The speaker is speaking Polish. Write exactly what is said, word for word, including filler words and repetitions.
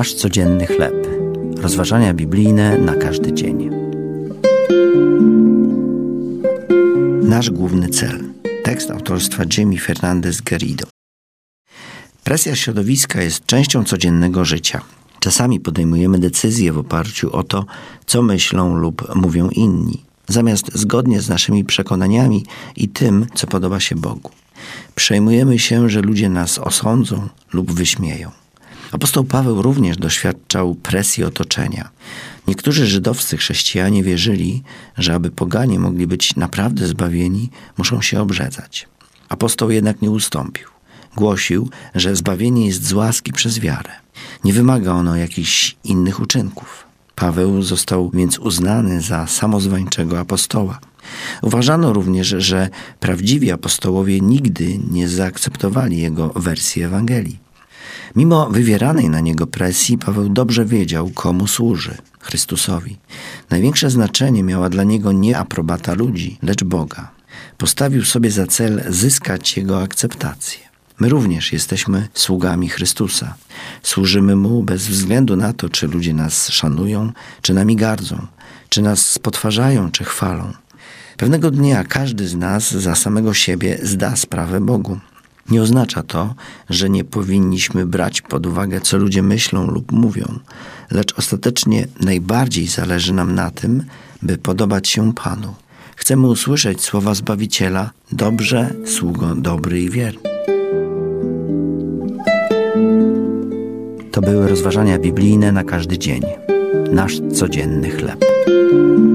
Nasz codzienny chleb. Rozważania biblijne na każdy dzień. Nasz główny cel. Tekst autorstwa Jimmy Fernandez Garrido. Presja środowiska jest częścią codziennego życia. Czasami podejmujemy decyzje w oparciu o to, co myślą lub mówią inni, zamiast zgodnie z naszymi przekonaniami i tym, co podoba się Bogu. Przejmujemy się, że ludzie nas osądzą lub wyśmieją. Apostoł Paweł również doświadczał presji otoczenia. Niektórzy żydowscy chrześcijanie wierzyli, że aby poganie mogli być naprawdę zbawieni, muszą się obrzezać. Apostoł jednak nie ustąpił. Głosił, że zbawienie jest z łaski przez wiarę. Nie wymaga ono jakichś innych uczynków. Paweł został więc uznany za samozwańczego apostoła. Uważano również, że prawdziwi apostołowie nigdy nie zaakceptowali jego wersji Ewangelii. Mimo wywieranej na niego presji, Paweł dobrze wiedział, komu służy – Chrystusowi. Największe znaczenie miała dla niego nie aprobata ludzi, lecz Boga. Postawił sobie za cel zyskać Jego akceptację. My również jesteśmy sługami Chrystusa. Służymy Mu bez względu na to, czy ludzie nas szanują, czy nami gardzą, czy nas spotwarzają, czy chwalą. Pewnego dnia każdy z nas za samego siebie zda sprawę Bogu. Nie oznacza to, że nie powinniśmy brać pod uwagę, co ludzie myślą lub mówią, lecz ostatecznie najbardziej zależy nam na tym, by podobać się Panu. Chcemy usłyszeć słowa Zbawiciela: dobrze, sługo dobry i wierny. To były rozważania biblijne na każdy dzień. Nasz codzienny chleb.